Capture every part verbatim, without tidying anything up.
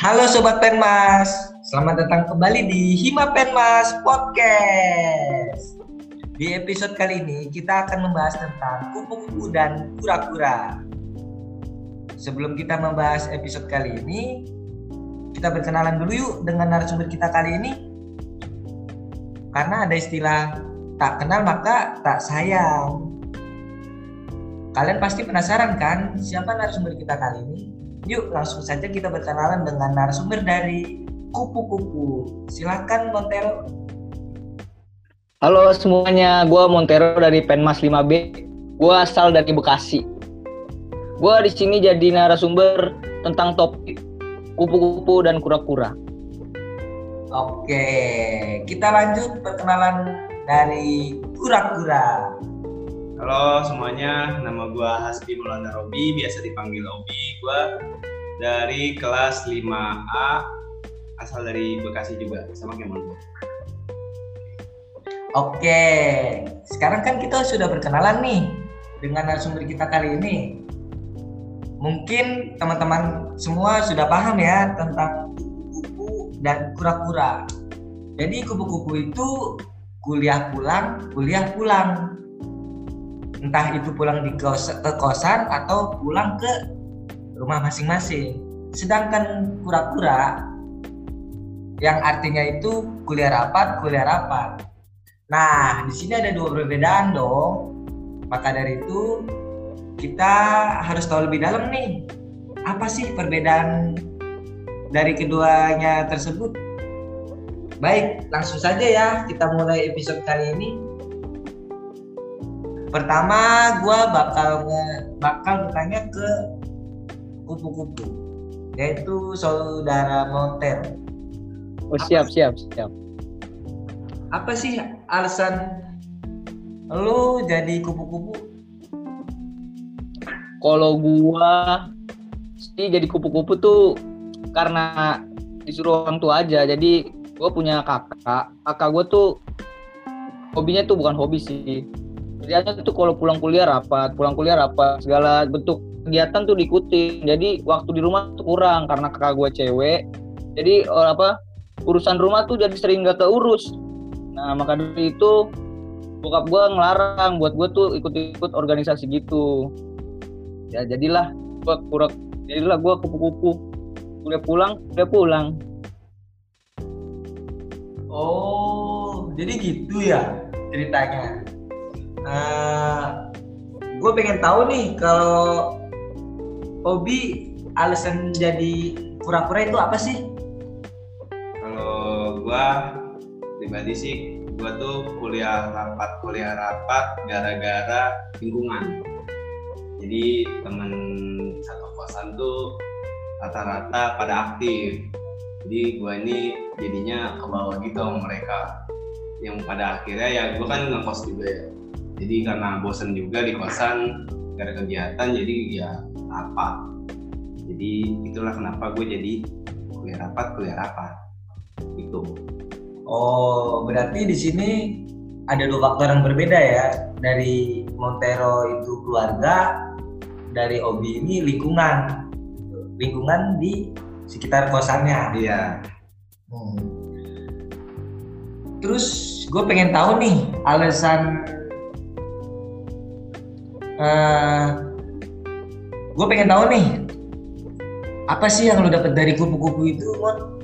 Halo Sobat Penmas, selamat datang kembali di Hima Penmas Podcast. Di episode kali ini kita akan membahas tentang kupu-kupu dan kura-kura. Sebelum kita membahas episode kali ini, kita berkenalan dulu yuk dengan narasumber kita kali ini. Karena ada istilah tak kenal maka tak sayang. Kalian pasti penasaran kan siapa narasumber kita kali ini? Yuk langsung saja kita berkenalan dengan narasumber dari kupu-kupu. Silakan Montero. Halo semuanya, gue Montero dari Penmas lima B. Gue asal dari Bekasi. Gue di sini jadi narasumber tentang topik kupu-kupu dan kura-kura. Oke, kita lanjut perkenalan dari kura-kura. Halo semuanya, nama gue Hasbi Maulana Robi, biasa dipanggil Obi. Gue dari kelas lima A, asal dari Bekasi juga, sama kayak Montero. Oke, sekarang kan kita sudah berkenalan nih dengan narasumber kita kali ini. Mungkin teman-teman semua sudah paham ya tentang kupu-kupu dan kura-kura. Jadi kupu-kupu itu kuliah pulang, kuliah pulang. Entah itu pulang di kos, ke kosan atau pulang ke rumah masing-masing. Sedangkan kura-kura yang artinya itu kuliah rapat, kuliah rapat. Nah, di sini ada dua perbedaan dong. Maka dari itu kita harus tahu lebih dalam nih. Apa sih perbedaan dari keduanya tersebut? Baik, langsung saja ya kita mulai episode kali ini. Pertama, gue bakal bakal bertanya ke kupu-kupu, yaitu saudara Montero. Oh siap, siap, siap. Apa sih alasan lu jadi kupu-kupu? Kalau gue sih jadi kupu-kupu tuh karena disuruh orang tua aja. Jadi gue punya kakak. Kakak gue tuh hobinya tuh bukan hobi sih. Kerjanya tuh kalau pulang kuliah rapat, pulang kuliah rapat, segala bentuk kegiatan tuh diikutin. Jadi waktu di rumah tuh kurang karena kakak gue cewek. Jadi apa urusan rumah tuh jadi sering gak keurus. Nah maka dari itu bokap gue ngelarang buat gue tuh ikut-ikut organisasi gitu. Ya jadilah gue kurang, jadilah gue kupu-kupu. Kuliah pulang, kuliah pulang. Oh, jadi gitu ya ceritanya. Uh, gue pengen tahu nih kalau Obi alasan jadi kura-kura itu apa sih? Kalau gue pribadi sih, gue tuh kuliah rapat, kuliah rapat gara-gara lingkungan. Jadi temen satu kosan tuh rata-rata pada aktif. Jadi gue ini jadinya kebawa gitu sama mereka. Yang pada akhirnya ya gue kan ngekos juga ya. Jadi karena bosan juga di kosan, gak ada kegiatan, jadi ya rapat. Jadi itulah kenapa gue jadi kuliah rapat, kuliah rapat. Gitu. Oh, berarti di sini ada dua faktor yang berbeda ya. Dari Montero itu keluarga, dari Obi ini lingkungan. Lingkungan di sekitar kosannya. Iya. Hmm. Terus gue pengen tahu nih alasan Uh, gue pengen tahu nih apa sih yang lo dapet dari kupu-kupu itu, Mon?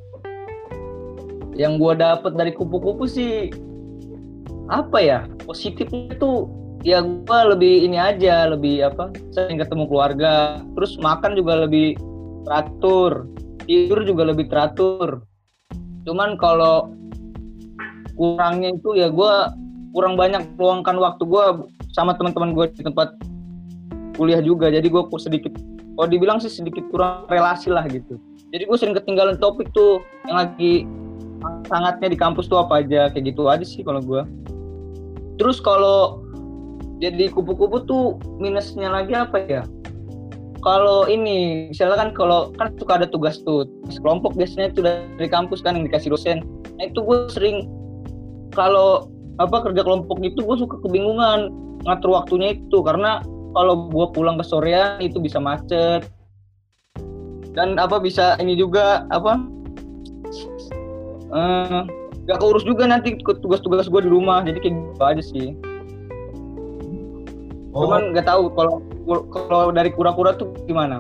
Yang gue dapet dari kupu-kupu sih apa ya, positifnya tuh ya gue lebih ini aja, lebih apa sering ketemu keluarga, terus makan juga lebih teratur, tidur juga lebih teratur. Cuman kalau kurangnya itu ya gue kurang banyak meluangkan waktu gue sama teman-teman gue di tempat kuliah juga. Jadi gue sedikit, kalau dibilang sih sedikit kurang relasi lah gitu. Jadi gue sering ketinggalan topik tuh yang lagi sangatnya di kampus tuh apa aja, kayak gitu aja sih kalau gue. Terus kalau jadi kupu-kupu tuh minusnya lagi apa ya? Kalau ini, misalnya kan kalau kan suka ada tugas tuh, tugas kelompok biasanya itu dari kampus kan yang dikasih dosen. Nah itu gue sering kalau apa kerja kelompok itu gue suka kebingungan ngatur waktunya itu, karena kalau gue pulang ke sorean itu bisa macet. dan apa bisa ini juga apa eh, gak keurus juga nanti tugas-tugas gue di rumah, jadi kayak gitu aja sih. Oh. Cuman nggak tahu kalau kalau dari kura-kura tuh gimana?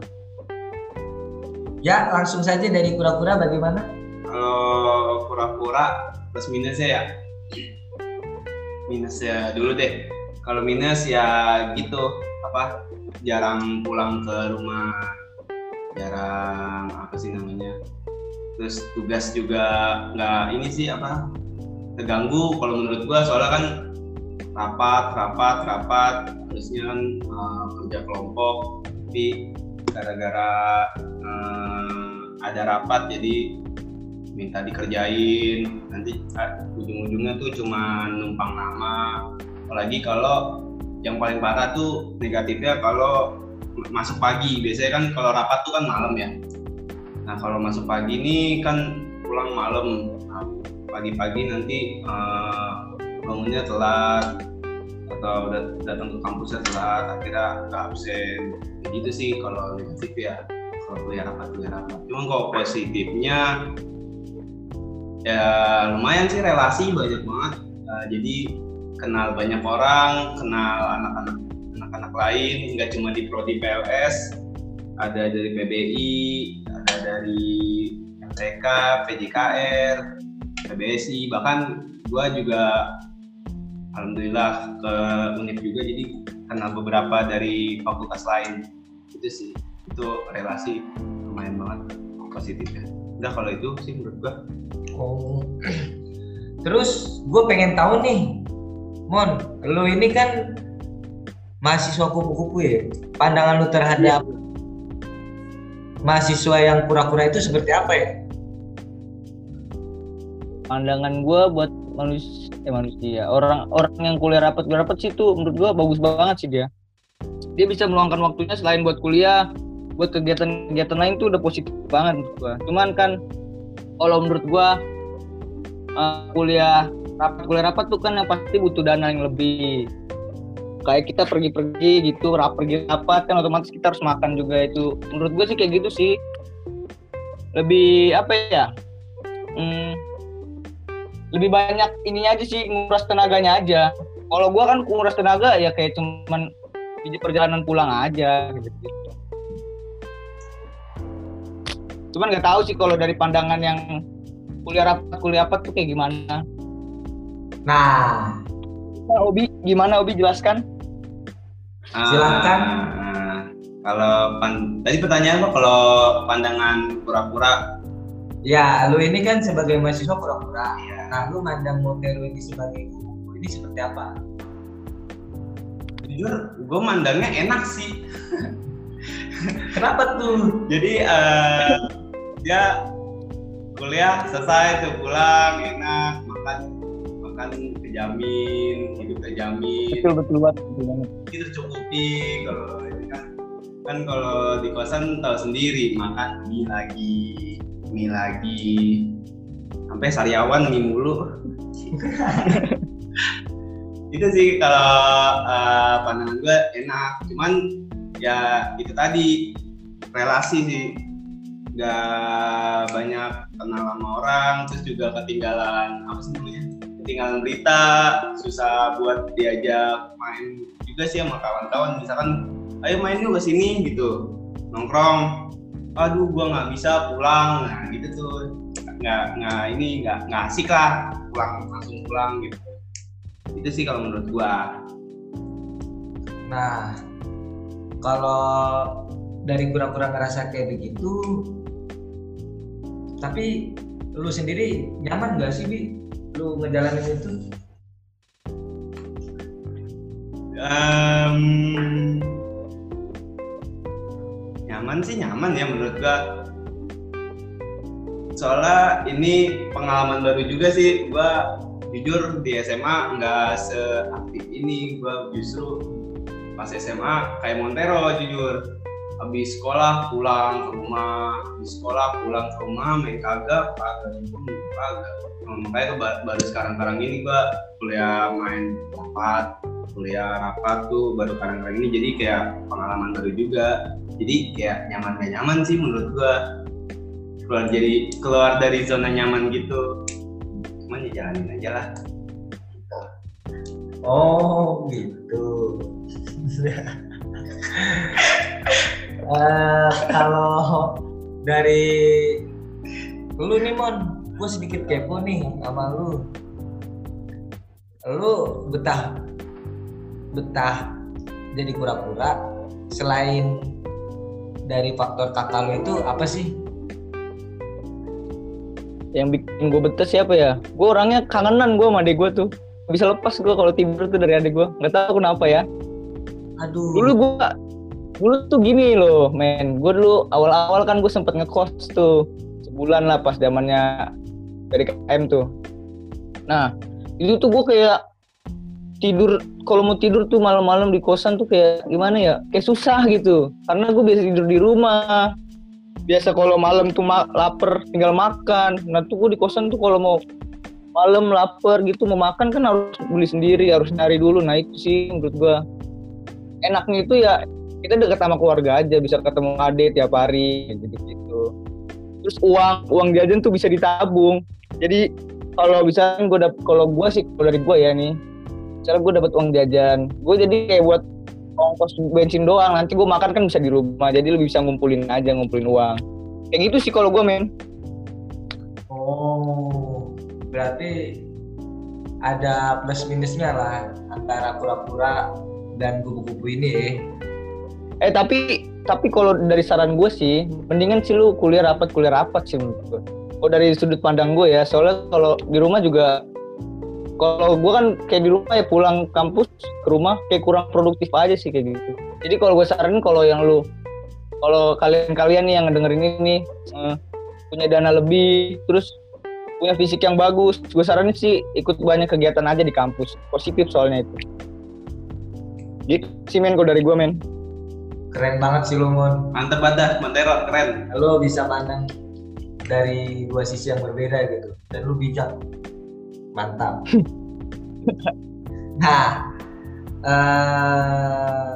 Ya, langsung saja dari kura-kura bagaimana? Kalau kura-kura plus minusnya ya, minusnya dulu deh. Kalau minus ya gitu, apa jarang pulang ke rumah, jarang apa sih namanya. Terus tugas juga nggak ini sih apa terganggu kalau menurut gua, soalnya kan rapat, rapat, rapat, harusnya kan uh, kerja kelompok, tapi gara-gara uh, ada rapat jadi minta dikerjain, nanti uh, ujung-ujungnya tuh cuma numpang nama. Apalagi kalau yang paling parah tuh negatifnya kalau masuk pagi, biasanya kan kalau rapat tuh kan malam ya. Nah kalau masuk pagi ini kan pulang malam, nah, pagi-pagi nanti uh, bangunnya telat atau dat- datang ke kampusnya telat, akhirnya nggak absen. Kayak gitu sih kalau negatif ya, kalau kuliah rapat kuliah rapat. Cuma kalau positifnya ya lumayan sih, relasi banyak banget. Uh, jadi kenal banyak orang, kenal anak-anak anak-anak lain, nggak cuma di prodi P L S, ada dari P B I, ada dari M T K, P J K R, P B S I, bahkan gua juga alhamdulillah ke Univ juga, jadi kenal beberapa dari fakultas lain. Itu sih, itu relasi lumayan banget positifnya. Udah kalau itu sih menurut gua. Oh. Terus gue pengen tahu nih, Mon, lu ini kan mahasiswa kupu-kupu ya, pandangan lu terhadap mahasiswa yang kura-kura itu seperti apa ya? Pandangan gue buat manusia, eh manusia, orang orang yang kuliah rapat rapat sih tuh menurut gue bagus banget sih dia. Dia bisa meluangkan waktunya selain buat kuliah, buat kegiatan-kegiatan lain tuh udah positif banget menurut gue. Cuman kan kalau menurut gue uh, kuliah rapat kuliah rapat tuh kan yang pasti butuh dana yang lebih. Kayak kita pergi-pergi gitu, rap pergi rapat kan otomatis kita harus makan juga itu. Menurut gue sih kayak gitu sih. Lebih apa ya? Hmm, lebih banyak ininya aja sih, nguras tenaganya aja. Kalau gue kan nguras tenaga ya kayak cuman di perjalanan pulang aja gitu. Cuman nggak tahu sih kalau dari pandangan yang kuliah rapat kuliah rapat tuh kayak gimana. Nah, Nah, Obi, gimana Obi jelaskan? Silakan. Uh, kalau pan- tadi pertanyaan kok kalau pandangan kura-kura. ya lu ini kan sebagai mahasiswa kura-kura. Ya. Nah, lu mandang Montero ini sebagai kupu-kupu ini seperti apa? Jujur, gue mandangnya enak sih. Kenapa tuh? Jadi uh, dia kuliah selesai tuh pulang enak, makan makan terjamin, hidup terjamin. Betul betul banget, betul banget. Itu tercukupi. Kalau ini kan kan kalau di kosan tahu sendiri, makan mie lagi, mie lagi, sampai sariawan mie mulu. Itu sih kalau uh, pandangan gue enak. Cuman ya itu tadi relasi sih, nggak banyak kenal sama orang, terus juga ketinggalan apa sih namanya? Ketinggalan berita, susah buat diajak main juga sih sama kawan-kawan. Misalkan, ayo main yuk kesini gitu, nongkrong. Aduh, gua nggak bisa pulang, nah gitu tuh, nggak nggak ini nggak nggak asik lah, pulang langsung pulang gitu. Itu sih kalau menurut gua. Nah, kalau dari kura-kura ngerasa kayak begitu, tapi lu sendiri nyaman gak sih, Bi? Lu ngejalanin itu? Um, nyaman sih nyaman ya menurut gua. Soalnya ini pengalaman baru juga sih. Gua jujur di S M A nggak seaktif ini. Gua justru pas S M A kayak Montero jujur. Habis sekolah pulang ke rumah, habis sekolah pulang ke rumah main kagak, kagak kagak. Nah, makanya tuh baru sekarang-karang ini gua kuliah main rapat, kuliah rapat tuh baru sekarang-karang ini, jadi kayak pengalaman baru juga. Jadi kayak nyaman gak nyaman sih menurut gua. Keluar jadi keluar dari zona nyaman gitu. Cuman ya jalanin aja lah. Oh gitu. uh, kalau dari lu nih Mon, gue sedikit kepo nih sama lu. Lu betah betah jadi kura-kura selain dari faktor kakak lu itu apa sih? Yang bikin gue betah siapa ya? Gue orangnya kangenan gue sama adik gue tuh. Gak bisa lepas gue kalau tidur tuh dari adik gue. Gak tahu kenapa ya. Aduh. Dulu gue, dulu tuh gini loh, men. Gue dulu awal-awal kan gue sempet ngekos tuh sebulan lah pas zamannya dari K M tuh. Nah itu tuh gue kayak tidur, kalau mau tidur tuh malam-malam di kosan tuh kayak gimana ya? Kayak susah gitu. Karena gue biasa tidur di rumah. Biasa kalau malam tuh ma- lapar tinggal makan. Nah tuh gue di kosan tuh kalau mau malam lapar gitu mau makan kan harus beli sendiri, harus nyari dulu. Nah itu sih menurut gue enaknya itu ya kita dekat sama keluarga aja, bisa ketemu adik tiap hari gitu-gitu. Terus uang uang jajan tuh bisa ditabung. Jadi kalau bisa gue dap kalau gue sih kalau dari gue ya nih, misalnya gue dapat uang jajan, gue jadi kayak buat ongkos bensin doang. Nanti gue makan kan bisa di rumah, jadi lebih bisa ngumpulin aja ngumpulin uang. Kayak gitu sih kalau gue men. Oh, berarti ada plus minusnya lah antara kura-kura dan kupu-kupu ini ya. Eh tapi tapi kalau dari saran gue sih, mendingan sih lu kuliah rapat kuliah rapat sih menurut gue. Kalau dari sudut pandang gue ya, soalnya kalau di rumah juga, kalau gue kan kayak di rumah ya pulang kampus ke rumah kayak kurang produktif aja sih kayak gitu. Jadi kalau gue saranin kalau yang lu, kalau kalian-kalian nih yang ngedengerin ini eh, punya dana lebih, terus punya fisik yang bagus, gue saranin sih ikut banyak kegiatan aja di kampus. Positif soalnya itu. Gitu sih men kalau dari gue men. Keren banget sih lu Mon. Mantep banget, Montero keren. Lu bisa pandang dari dua sisi yang berbeda gitu, dan lu bijak. Mantap. Nah, uh,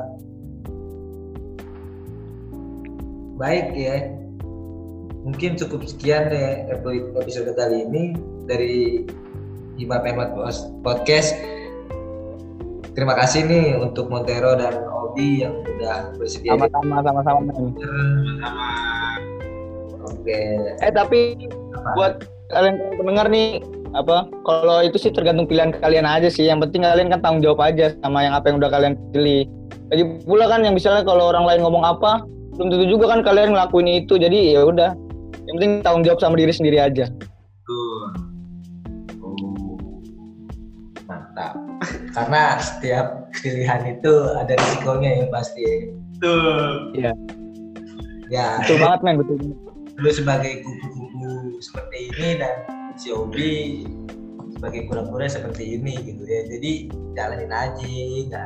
baik ya. Mungkin cukup sekian deh episode kali ini dari Hima Pemot Podcast. Terima kasih nih untuk Montero dan Obi yang udah bersedia. Sama-sama, sama-sama men. Sama-sama. Oke. Eh tapi apa? Buat kalian pendengar nih, apa kalau itu sih tergantung pilihan kalian aja sih. Yang penting kalian kan tanggung jawab aja sama yang apa yang udah kalian pilih. Lagi pula kan yang misalnya kalau orang lain ngomong apa, belum tentu juga kan kalian ngelakuin itu. Jadi ya udah, yang penting tanggung jawab sama diri sendiri aja. Tuh. Oh, mantap. Karena setiap pilihan itu ada risikonya ya pasti. Tuh. Iya. Ya. Betul banget men, betul. Lu sebagai kupu-kupu seperti ini dan si Obi sebagai kura-kura seperti ini gitu ya. Jadi jalanin aja kan.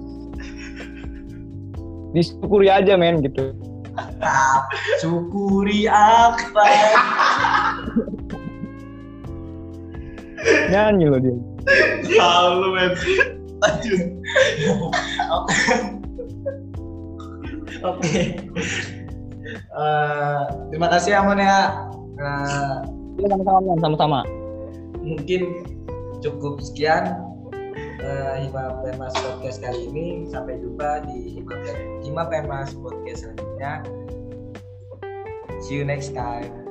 Disyukuri aja men gitu. Mantap. Syukuri apa? Nyanyi loh dia. Selalu men. Lanjut. Oke. Oke. Uh, terima kasih Amon ya. Uh, Iya sama-sama, sama-sama. Mungkin cukup sekian uh, Hima Pemas Podcast kali ini. Sampai jumpa di Hima, Hima Pemas Podcast selanjutnya. See you next time.